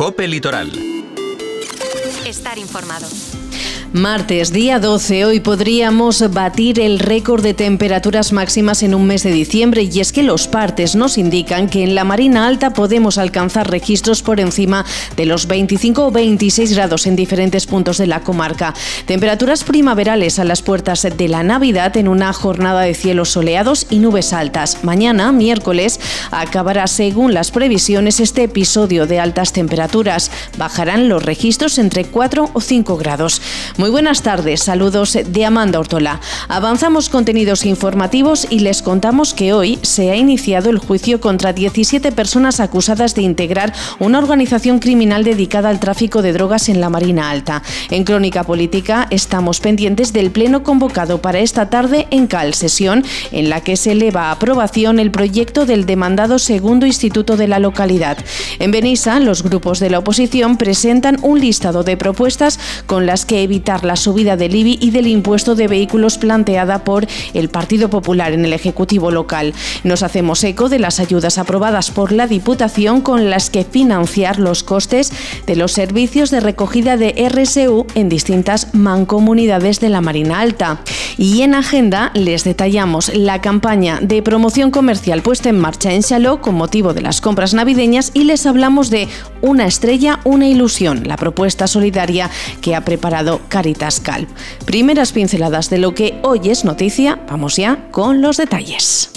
COPE Litoral. Estar informado. Martes, día 12, hoy podríamos batir el récord de temperaturas máximas en un mes de diciembre, y es que los partes nos indican que en la Marina Alta podemos alcanzar registros por encima de los 25 o 26 grados en diferentes puntos de la comarca. Temperaturas primaverales a las puertas de la Navidad en una jornada de cielos soleados y nubes altas. Mañana, miércoles, acabará según las previsiones este episodio de altas temperaturas. Bajarán los registros entre 4 o 5 grados. Muy buenas tardes, saludos de Amanda Ortola. Avanzamos contenidos informativos y les contamos que hoy se ha iniciado el juicio contra 17 personas acusadas de integrar una organización criminal dedicada al tráfico de drogas en la Marina Alta. En Crónica Política estamos pendientes del pleno convocado para esta tarde en CAL, sesión en la que se eleva a aprobación el proyecto del demandado segundo instituto de la localidad. En Benissa, los grupos de la oposición presentan un listado de propuestas con las que evitar la subida del IBI y del impuesto de vehículos planteada por el Partido Popular en el Ejecutivo local. Nos hacemos eco de las ayudas aprobadas por la Diputación con las que financiar los costes de los servicios de recogida de RSU en distintas mancomunidades de la Marina Alta. Y en agenda les detallamos la campaña de promoción comercial puesta en marcha en Xaló con motivo de las compras navideñas y les hablamos de Una estrella, una ilusión, la propuesta solidaria que ha preparado Caritas Calp. Primeras pinceladas de lo que hoy es noticia, vamos ya con los detalles.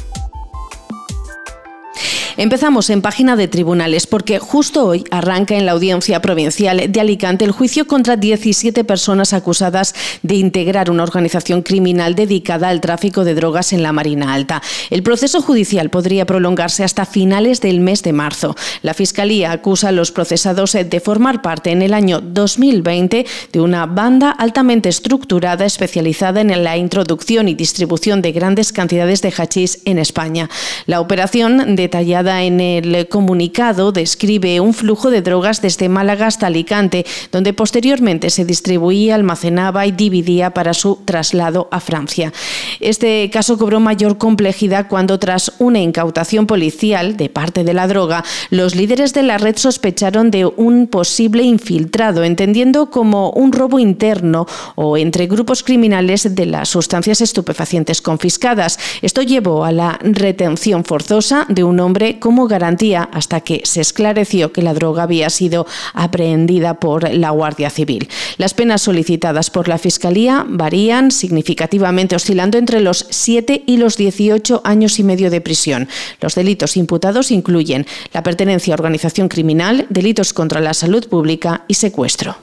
Empezamos en página de tribunales porque justo hoy arranca en la Audiencia Provincial de Alicante el juicio contra 17 personas acusadas de integrar una organización criminal dedicada al tráfico de drogas en la Marina Alta. El proceso judicial podría prolongarse hasta finales del mes de marzo. La Fiscalía acusa a los procesados de formar parte en el año 2020 de una banda altamente estructurada especializada en la introducción y distribución de grandes cantidades de hachís en España. La operación, detallada en el comunicado, describe un flujo de drogas desde Málaga hasta Alicante, donde posteriormente se distribuía, almacenaba y dividía para su traslado a Francia. Este caso cobró mayor complejidad cuando, tras una incautación policial de parte de la droga, los líderes de la red sospecharon de un posible infiltrado, entendiendo como un robo interno o entre grupos criminales de las sustancias estupefacientes confiscadas. Esto llevó a la retención forzosa de un hombre como garantía hasta que se esclareció que la droga había sido aprehendida por la Guardia Civil. Las penas solicitadas por la Fiscalía varían significativamente, oscilando entre los 7 y los 18 años y medio de prisión. Los delitos imputados incluyen la pertenencia a organización criminal, delitos contra la salud pública y secuestro.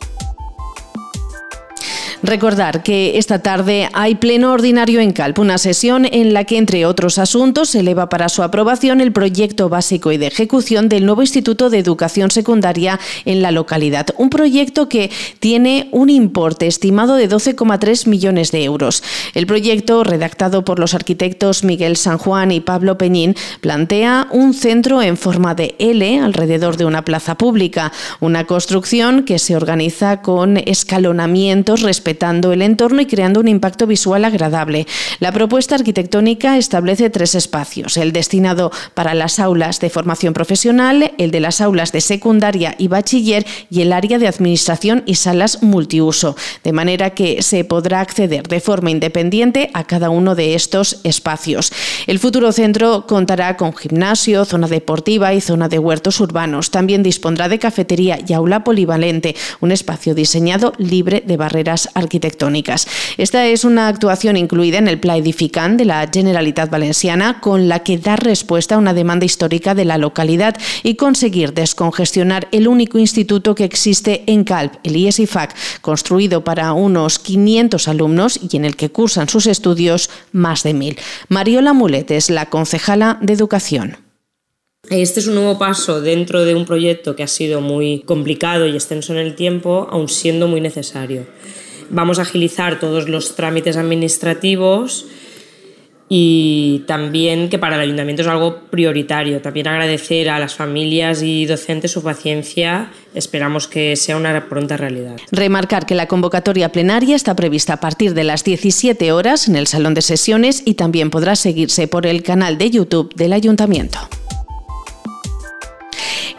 Recordar que esta tarde hay pleno ordinario en Calp, una sesión en la que, entre otros asuntos, se eleva para su aprobación el proyecto básico y de ejecución del nuevo Instituto de Educación Secundaria en la localidad. Un proyecto que tiene un importe estimado de 12,3 millones de euros. El proyecto, redactado por los arquitectos Miguel San Juan y Pablo Peñín, plantea un centro en forma de L alrededor de una plaza pública, una construcción que se organiza con escalonamientos respetando el entorno y creando un impacto visual agradable. La propuesta arquitectónica establece 3 espacios: el destinado para las aulas de formación profesional, el de las aulas de secundaria y bachiller y el área de administración y salas multiuso, de manera que se podrá acceder de forma independiente a cada uno de estos espacios. El futuro centro contará con gimnasio, zona deportiva y zona de huertos urbanos. También dispondrá de cafetería y aula polivalente, un espacio diseñado libre de barreras arquitectónicas. Esta es una actuación incluida en el Pla Edificant de la Generalitat Valenciana, con la que da respuesta a una demanda histórica de la localidad y conseguir descongestionar el único instituto que existe en Calp, el IES-IFAC, construido para unos 500 alumnos y en el que cursan sus estudios más de 1.000. Mariola Mulet es la concejala de Educación. Este es un nuevo paso dentro de un proyecto que ha sido muy complicado y extenso en el tiempo, aun siendo muy necesario. Vamos a agilizar todos los trámites administrativos y también que para el ayuntamiento es algo prioritario. También agradecer a las familias y docentes su paciencia. Esperamos que sea una pronta realidad. Remarcar que la convocatoria plenaria está prevista a partir de las 17 horas en el Salón de Sesiones y también podrá seguirse por el canal de YouTube del Ayuntamiento.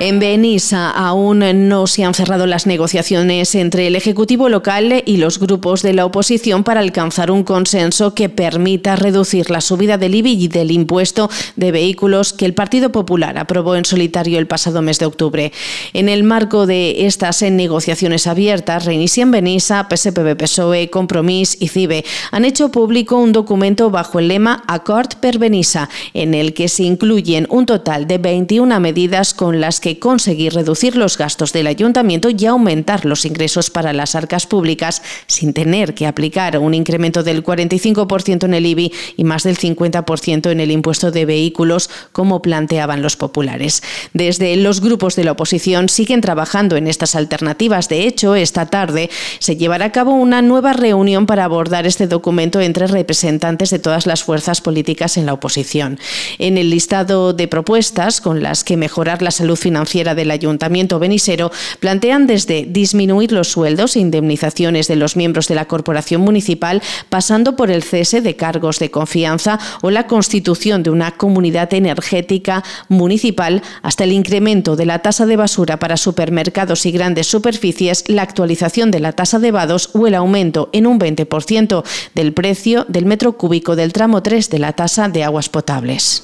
En Benissa aún no se han cerrado las negociaciones entre el Ejecutivo local y los grupos de la oposición para alcanzar un consenso que permita reducir la subida del IBI y del impuesto de vehículos que el Partido Popular aprobó en solitario el pasado mes de octubre. En el marco de estas negociaciones abiertas, Reinicien Benissa, PSPB-PSOE, Compromís y CIBE han hecho público un documento bajo el lema Acord per Benissa, en el que se incluyen un total de 21 medidas con las que conseguir reducir los gastos del ayuntamiento y aumentar los ingresos para las arcas públicas sin tener que aplicar un incremento del 45% en el IBI y más del 50% en el impuesto de vehículos, como planteaban los populares. Desde los grupos de la oposición siguen trabajando en estas alternativas. De hecho, esta tarde se llevará a cabo una nueva reunión para abordar este documento entre representantes de todas las fuerzas políticas en la oposición. En el listado de propuestas con las que mejorar la salud financiera del Ayuntamiento benisero plantean desde disminuir los sueldos e indemnizaciones de los miembros de la corporación municipal, pasando por el cese de cargos de confianza o la constitución de una comunidad energética municipal, hasta el incremento de la tasa de basura para supermercados y grandes superficies, la actualización de la tasa de vados o el aumento en un 20% del precio del metro cúbico del tramo 3 de la tasa de aguas potables.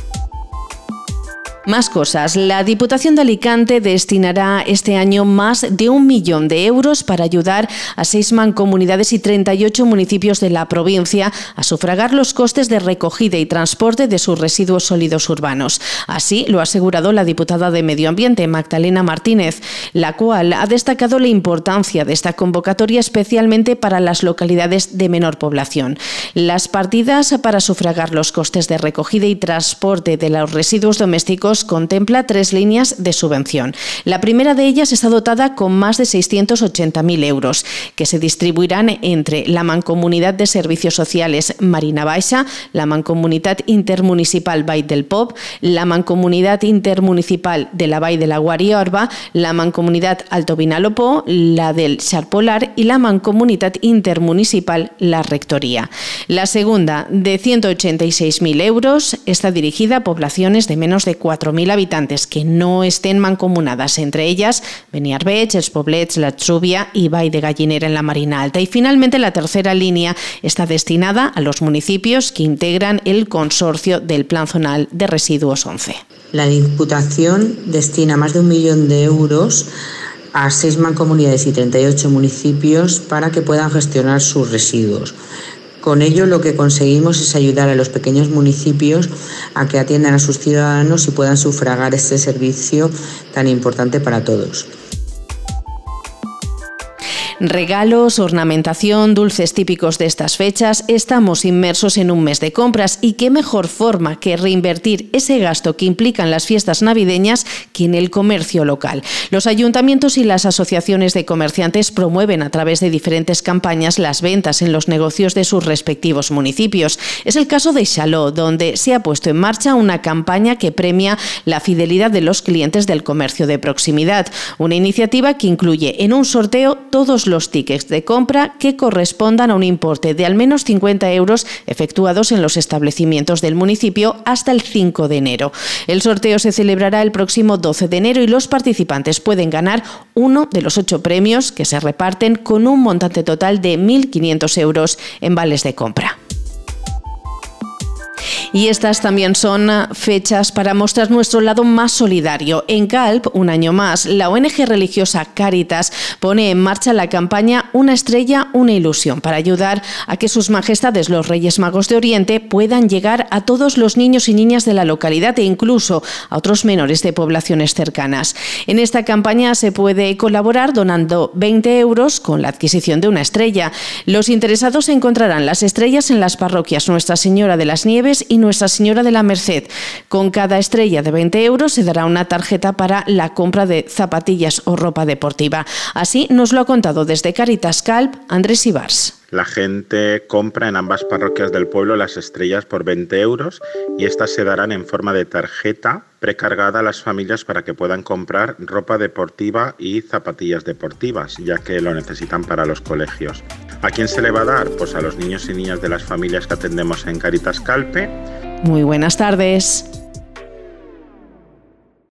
Más cosas. La Diputación de Alicante destinará este año más de 1 millón de euros para ayudar a 6 mancomunidades y 38 municipios de la provincia a sufragar los costes de recogida y transporte de sus residuos sólidos urbanos. Así lo ha asegurado la diputada de Medio Ambiente, Magdalena Martínez, la cual ha destacado la importancia de esta convocatoria, especialmente para las localidades de menor población. Las partidas para sufragar los costes de recogida y transporte de los residuos domésticos contempla 3 líneas de subvención. La primera de ellas está dotada con más de 680.000 euros, que se distribuirán entre la Mancomunidad de Servicios Sociales Marina Baixa, la Mancomunidad Intermunicipal Vall del Pop, la Mancomunidad Intermunicipal de la Vall de la Guariorba, la Mancomunidad Alto Vinalopó, la del Xarpolar y la Mancomunidad Intermunicipal La Rectoría. La segunda, de 186.000 euros, está dirigida a poblaciones de menos de 4.000 habitantes que no estén mancomunadas, entre ellas Beniarbeig, Els Poblets, La Trúbia y Vall de Gallinera en la Marina Alta. Y finalmente la tercera línea está destinada a los municipios que integran el consorcio del Plan Zonal de Residuos 11. La Diputación destina más de 1 millón de euros a 6 mancomunidades y 38 municipios para que puedan gestionar sus residuos. Con ello lo que conseguimos es ayudar a los pequeños municipios a que atiendan a sus ciudadanos y puedan sufragar este servicio tan importante para todos. Regalos, ornamentación, dulces típicos de estas fechas. Estamos inmersos en un mes de compras y qué mejor forma que reinvertir ese gasto que implican las fiestas navideñas que en el comercio local. Los ayuntamientos y las asociaciones de comerciantes promueven a través de diferentes campañas las ventas en los negocios de sus respectivos municipios. Es el caso de Xaló, donde se ha puesto en marcha una campaña que premia la fidelidad de los clientes del comercio de proximidad. Una iniciativa que incluye en un sorteo todos los tickets de compra que correspondan a un importe de al menos 50 euros efectuados en los establecimientos del municipio hasta el 5 de enero. El sorteo se celebrará el próximo 12 de enero y los participantes pueden ganar uno de los 8 premios que se reparten con un montante total de 1.500 euros en vales de compra. Y estas también son fechas para mostrar nuestro lado más solidario. En Calp, un año más, la ONG religiosa Cáritas pone en marcha la campaña Una estrella, una ilusión, para ayudar a que sus majestades los Reyes Magos de Oriente puedan llegar a todos los niños y niñas de la localidad e incluso a otros menores de poblaciones cercanas. En esta campaña se puede colaborar donando 20 euros con la adquisición de una estrella. Los interesados encontrarán las estrellas en las parroquias Nuestra Señora de las Nieves y Nuestra Señora de la Merced. Con cada estrella de 20 euros se dará una tarjeta para la compra de zapatillas o ropa deportiva. Así nos lo ha contado desde Cáritas Calp Andrés Ibars. La gente compra en ambas parroquias del pueblo las estrellas por 20 euros y estas se darán en forma de tarjeta precargada a las familias para que puedan comprar ropa deportiva y zapatillas deportivas, ya que lo necesitan para los colegios. ¿A quién se le va a dar? Pues a los niños y niñas de las familias que atendemos en Cáritas Calpe. Muy buenas tardes.